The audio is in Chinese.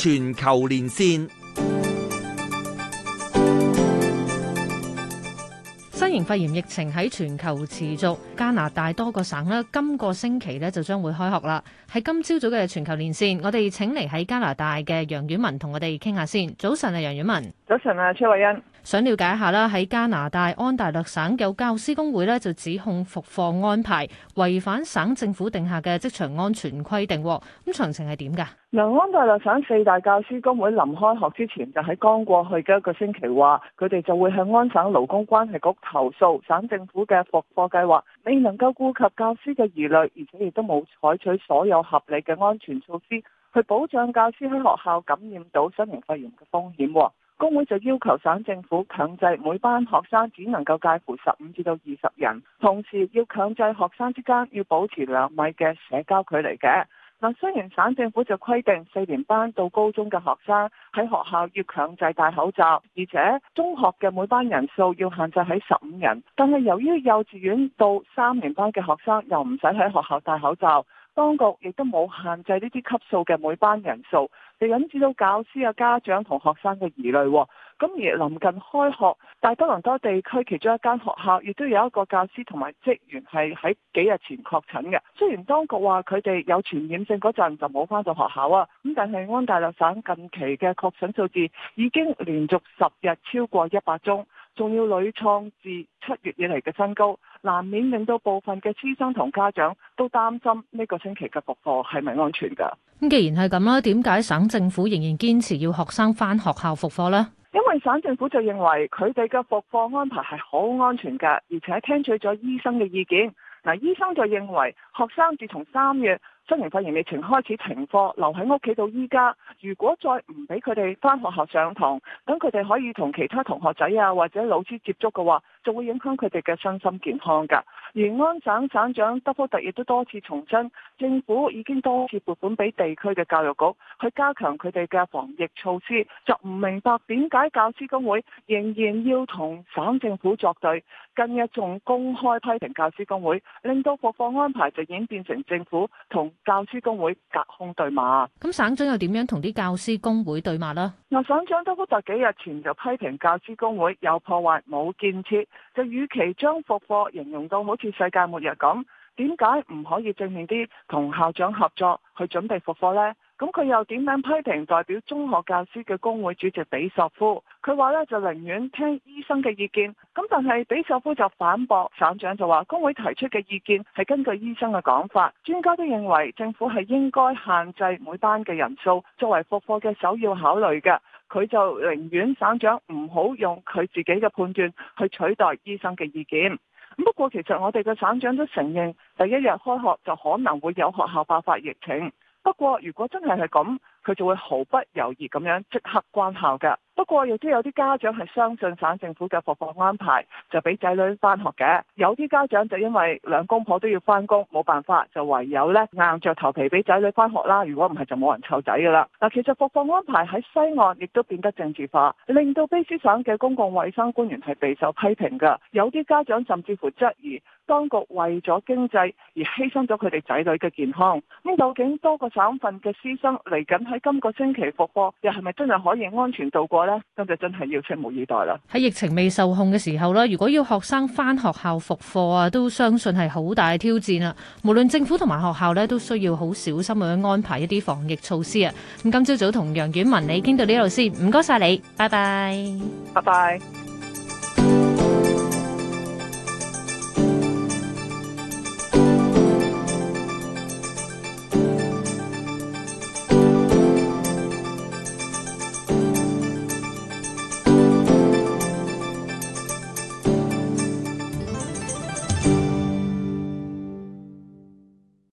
全球連線。 新型肺炎疫情喺全球持續，加拿大多個省呢今個星期呢就將會開學啦。喺今朝早嘅全球連線，我哋請嚟喺加拿大嘅楊婉文同我哋傾下先。早晨啊，楊婉文。 早晨啊，崔蔚恩。 想了解一下啦，喺加拿大安大略省有教師工會呢就指控復課安排違反省政府定下嘅職場安全規定。咁詳情係點㗎？ 安大略省4大教師工會臨開學之前就喺剛過去嘅一個星期話，佢哋就會向安省勞工關係局投訴省政府嘅復課計劃未能夠顧及教師嘅疑慮，而且亦都冇採取所有合理嘅安全措施去保障教師喺學校感染到新型肺炎嘅風險。工會就要求省政府強制每班學生只能夠介乎15至到20人，同時要強制學生之間要保持2米嘅社交距離嘅。雖然省政府就規定4年班到高中嘅學生喺學校要強制戴口罩，而且中學嘅每班人數要限制喺15人，但係由於幼稚園到3年班嘅學生又唔使喺學校戴口罩，當局亦都冇限制呢啲級數嘅每班人數，就引致到教師、家長同學生嘅疑慮。咁而臨近開學，大多倫多地區其中一間學校亦都有一個教師同埋職員係喺幾日前確診嘅。雖然當局話佢哋有傳染性嗰陣就冇返到學校啊，咁但係安大略省近期嘅確診數字已經連續10日超過100宗，仲要屢創自7月以嚟嘅新高，難免令到部分嘅師生同家長都擔心呢個星期嘅復課係咪安全㗎？ 咁既然係咁啦，點解省政府仍然堅持要學生返學校復課呢？ 因為省政府就認為佢哋嘅復課安排係好安全㗎，而且聽取咗醫生嘅意見。醫生就認為學生自從3月新型肺炎疫情開始停課，留喺屋企到依家，如果再唔俾佢哋返學校上堂，等佢哋可以同其他同學仔或者老師接觸嘅話，就會影響佢哋嘅身心健康㗎。而安省省長德福特亦都多次重申，政府已經多次撥款俾地區嘅教育局去加強佢哋嘅防疫措施，就唔明白點解教師工會仍然要同省政府作對。近日仲公開批評教師工會，令到復課安排就演變成政府同教師工會隔空對罵。 咁省長又點樣同啲教師工會對罵呢？ 省長德福特幾日前就批評教師工會有破壞冇建設，就與其將復課形容到好似世界末日咁，點解唔可以正面啲同校長合作去準備復課呢？咁佢又點樣批評代表中學教師嘅工會主席比索夫？佢話就寧願聽醫生嘅意見，咁但係比索夫就反駁省長，就話工會提出嘅意見係根據醫生嘅講法，專家都認為政府係應該限制每班嘅人數作為復課嘅首要考慮嘅。佢就寧願省長唔好用佢自己嘅判斷去取代醫生嘅意見。不過其實我哋嘅省長都承認，第一日開學就可能會有學校爆發疫情。不過如果真係咁，佢就會毫不猶豫咁樣即刻關校㗎。不過亦都有啲家長係相信省政府嘅復課安排，就俾仔女返學嘅。有啲家長就因為兩公婆都要返工，冇辦法，就唯有硬着頭皮俾仔女返學啦。如果唔係就冇人湊仔㗎啦。其實復課安排喺西岸亦都變得政治化，令到卑詩省嘅公共衛生官員係備受批評㗎。有啲家長甚至乎質疑當局為咗經濟而犧牲咗佢哋仔女嘅健康。咁究竟多個省份嘅師生嚟緊喺今個星期復課，又係咪真係可以安全度過呢？咁就真係要拭目以待啦。 喺疫情未受控嘅時候啦，如果要學生返學校復課都相信係好大嘅挑戰啦。無論政府同埋學校都需要好小心咁樣安排一啲防疫措施啊。咁今朝早同楊婉文你傾到呢度先，唔該晒你，拜拜。 拜拜。